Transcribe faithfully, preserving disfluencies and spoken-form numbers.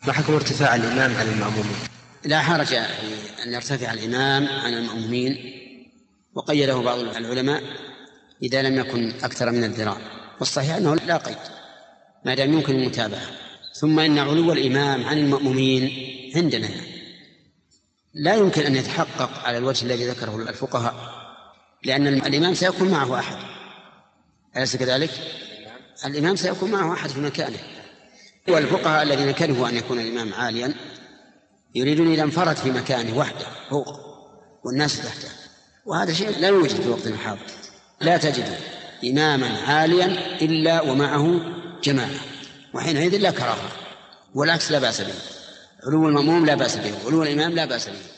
ما حكم ارتفاع الإمام عن المأمومين؟ لا حرج أن يرتفع الإمام عن المأمومين، وقيده بعض العلماء إذا لم يكن أكثر من الذراع، والصحيح أنه لا قيد ما دام يمكن المتابعة. ثم إن علو الإمام عن المأمومين عندنا لا يمكن أن يتحقق على الوجه الذي ذكره الفقهاء، لأن الإمام سيكون معه أحد، أليس كذلك؟ الإمام سيكون معه أحد في مكانه. والفقهاء الذين كرهوا أن يكون الإمام عاليا يريدون إذا انفرد في مكانه وحده فوق والناس تحته، وهذا شيء لا يوجد في وقتنا الحاضر. لا تجد إماما عاليا إلا ومعه جماعة، وحينئذ لا كراهة، والعكس لا بأس به. علو المأموم لا بأس به، علو الإمام لا بأس به.